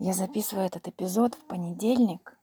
Я записываю этот эпизод в понедельник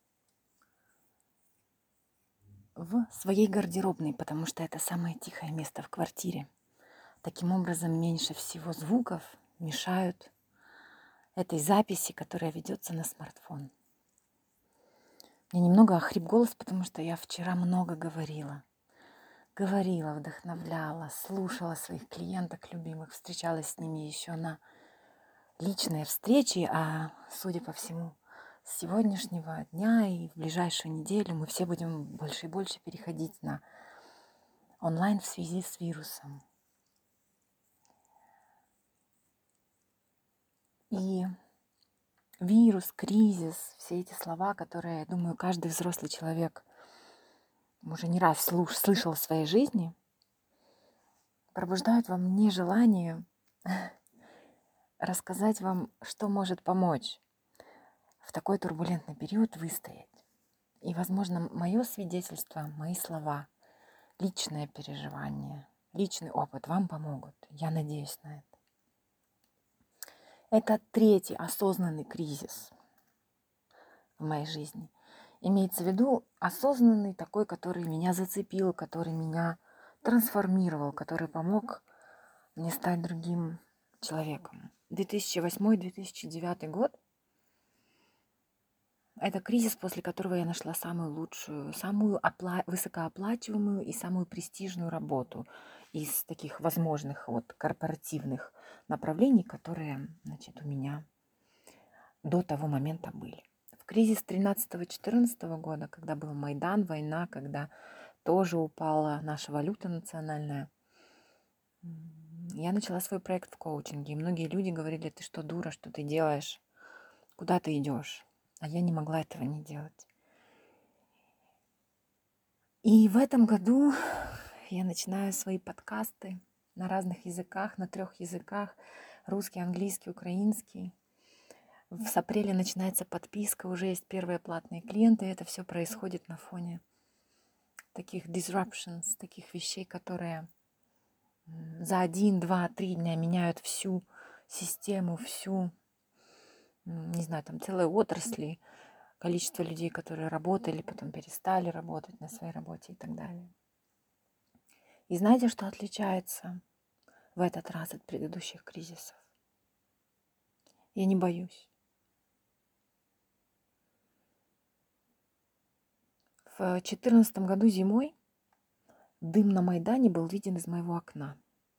в своей гардеробной, потому что это самое тихое место в квартире. Таким образом, меньше всего звуков мешают этой записи, которая ведется на смартфон. Мне немного охрип голос, потому что я вчера много говорила. Говорила, вдохновляла, слушала своих клиенток любимых, встречалась с ними еще на личные встречи, а судя по всему, с сегодняшнего дня и в ближайшую неделю мы все будем больше и больше переходить на онлайн в связи с вирусом. И вирус, кризис, все эти слова, которые, я думаю, каждый взрослый человек уже не раз слышал в своей жизни, пробуждают во мне желание рассказать вам, что может помочь в такой турбулентный период выстоять. И, возможно, мое свидетельство, мои слова, личное переживание, личный опыт вам помогут. Я надеюсь на это. Это третий осознанный кризис в моей жизни. Имеется в виду осознанный такой, который меня зацепил, который меня трансформировал, который помог мне стать другим человеком. 2008-2009 год – это кризис, после которого я нашла самую лучшую, самую высокооплачиваемую и самую престижную работу из таких возможных корпоративных направлений, которые, у меня до того момента были. В кризис 13-14 года, когда был Майдан, война, когда тоже упала наша валюта национальная, я начала свой проект в коучинге. И многие люди говорили: ты что, дура, что ты делаешь? Куда ты идешь? А я не могла этого не делать. И в этом году я начинаю свои подкасты на разных языках, на 3 языках: русский, английский, украинский. С апреля начинается подписка, уже есть первые платные клиенты. Это все происходит на фоне таких disruptions, таких вещей, которые за 1, 2, 3 дня меняют всю систему, всю, не знаю, там целые отрасли, количество людей, которые работали, потом перестали работать на своей работе и так далее. И знаете, что отличается в этот раз от предыдущих кризисов? Я не боюсь. В 2014 году зимой дым на Майдане был виден из моего окна.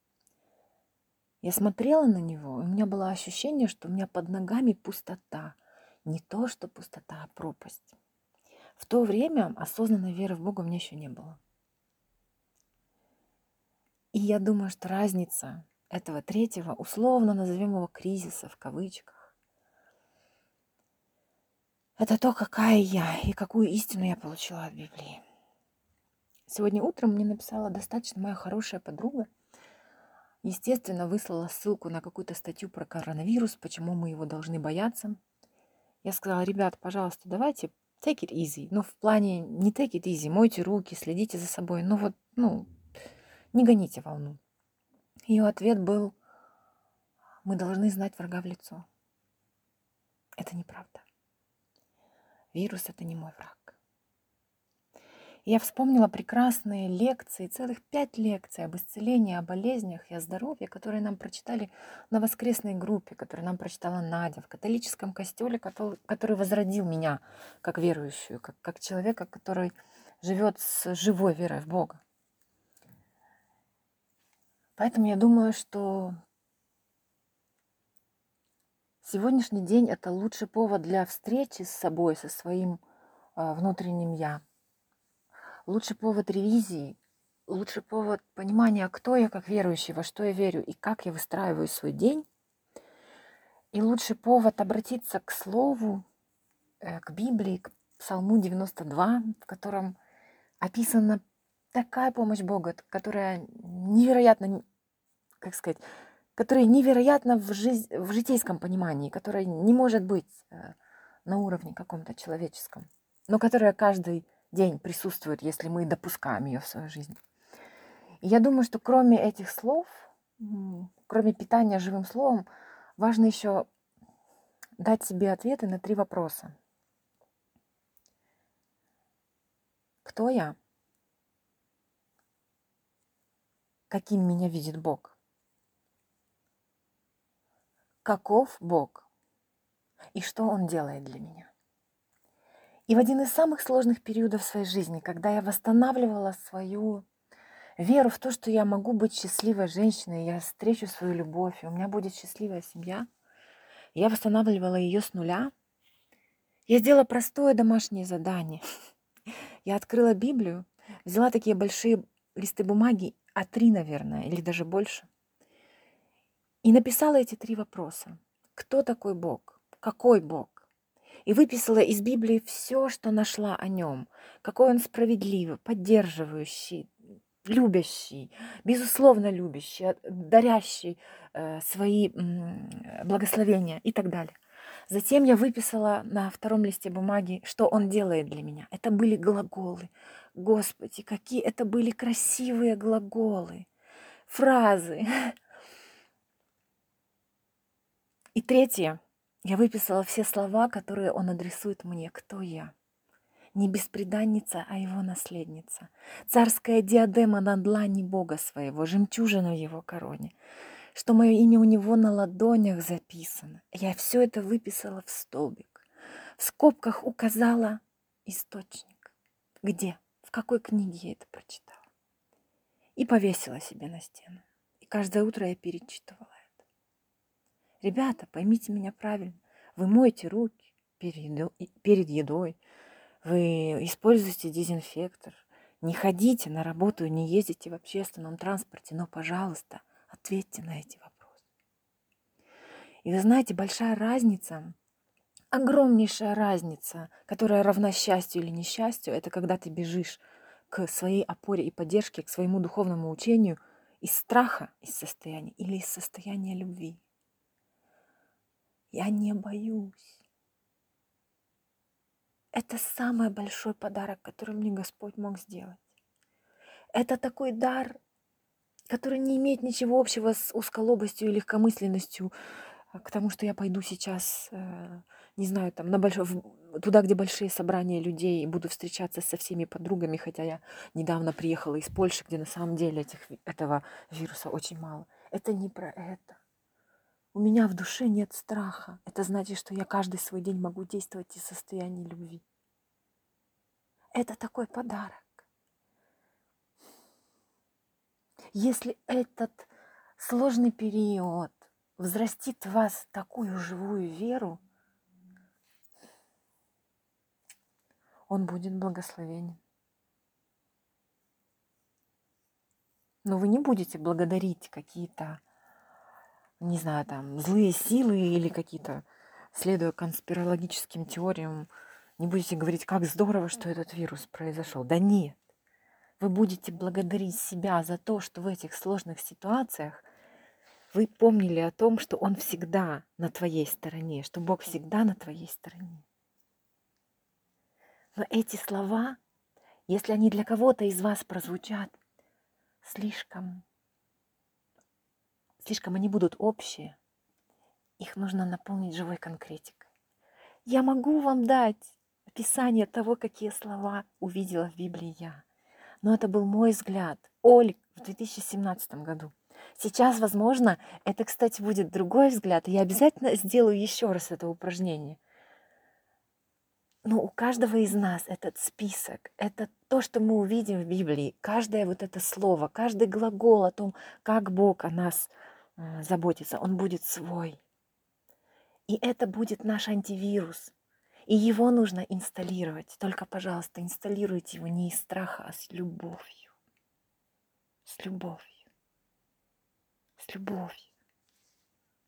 Я смотрела на него, и у меня было ощущение, что у меня под ногами пустота. Не то, что пустота, а пропасть. В то время осознанной веры в Бога у меня еще не было. И я думаю, что разница этого третьего, условно назовем его кризиса в кавычках, это то, какая я и какую истину я получила от Библии. Сегодня утром мне написала достаточно моя хорошая подруга. Естественно, выслала ссылку на какую-то статью про коронавирус, почему мы его должны бояться. Я сказала: ребят, пожалуйста, давайте take it easy. Ну, в плане не take it easy, мойте руки, следите за собой. Не гоните волну. Ее ответ был: мы должны знать врага в лицо. Это неправда. Вирус – это не мой враг. Я вспомнила прекрасные лекции, целых 5 лекций об исцелении, о болезнях и о здоровье, которые нам прочитали на воскресной группе, которые нам прочитала Надя в католическом костеле, который возродил меня как верующую, как человека, который живет с живой верой в Бога. Поэтому я думаю, что сегодняшний день – это лучший повод для встречи с собой, со своим внутренним «я». Лучший повод ревизии, лучший повод понимания, кто я как верующий, во что я верю и как я выстраиваю свой день. И лучший повод обратиться к Слову, к Библии, к Псалму 92, в котором описана такая помощь Бога, которая невероятно, которая невероятна в житейском понимании, которая не может быть на уровне каком-то человеческом, но которая каждый день присутствует, если мы допускаем ее в свою жизнь. И я думаю, что кроме этих слов, кроме питания живым словом, важно еще дать себе ответы на 3 вопроса. Кто я? Каким меня видит Бог? Каков Бог? И что Он делает для меня? И в один из самых сложных периодов своей жизни, когда я восстанавливала свою веру в то, что я могу быть счастливой женщиной, я встречу свою любовь, и у меня будет счастливая семья, я восстанавливала ее с нуля. Я сделала простое домашнее задание. Я открыла Библию, взяла такие большие листы бумаги, А3, наверное, или даже больше, и написала эти 3 вопроса. Кто такой Бог? Какой Бог? И выписала из Библии все, что нашла о нем. Какой он справедливый, поддерживающий, любящий, безусловно любящий, дарящий свои благословения и так далее. Затем я выписала на 2 листе бумаги, что он делает для меня. Это были глаголы. Господи, какие это были красивые глаголы, фразы. И 3, я выписала все слова, которые он адресует мне. Кто я? Не бесприданница, а его наследница. Царская диадема на длани Бога своего, жемчужина в его короне. Что мое имя у него на ладонях записано. Я все это выписала в столбик. В скобках указала источник. Где? В какой книге я это прочитала? И повесила себе на стену. И каждое утро я перечитывала это. Ребята, поймите меня правильно. Вы моете руки перед едой. Вы используете дезинфектор. Не ходите на работу, не ездите в общественном транспорте. Но, пожалуйста, ответьте на эти вопросы. И вы знаете, большая разница, огромнейшая разница, которая равна счастью или несчастью, это когда ты бежишь к своей опоре и поддержке, к своему духовному учению из страха, из состояния или из состояния любви. Я не боюсь. Это самый большой подарок, который мне Господь мог сделать. Это такой дар, который не имеет ничего общего с узколобостью и легкомысленностью, к тому, что я пойду сейчас, не знаю, там, туда, где большие собрания людей, и буду встречаться со всеми подругами, хотя я недавно приехала из Польши, где на самом деле этого вируса очень мало. Это не про это. У меня в душе нет страха. Это значит, что я каждый свой день могу действовать из состояния любви. Это такой подарок. Если этот сложный период взрастит в вас такую живую веру, он будет благословенен. Но вы не будете благодарить какие-то, не знаю, там, злые силы или какие-то, следуя конспирологическим теориям, не будете говорить, как здорово, что этот вирус произошел. Да нет. Вы будете благодарить себя за то, что в этих сложных ситуациях вы помнили о том, что Он всегда на твоей стороне, что Бог всегда на твоей стороне. Но эти слова, если они для кого-то из вас прозвучат слишком они будут общие, их нужно наполнить живой конкретикой. Я могу вам дать описание того, какие слова увидела в Библии я. Но это был мой взгляд, Оли, в 2017 году. Сейчас, возможно, это, кстати, будет другой взгляд, и я обязательно сделаю еще раз это упражнение. Но у каждого из нас этот список, это то, что мы увидим в Библии, каждое вот это слово, каждый глагол о том, как Бог о нас заботится, он будет свой. И это будет наш антивирус. И его нужно инсталлировать. Только, пожалуйста, инсталируйте его не из страха, а с любовью. С любовью. С любовью.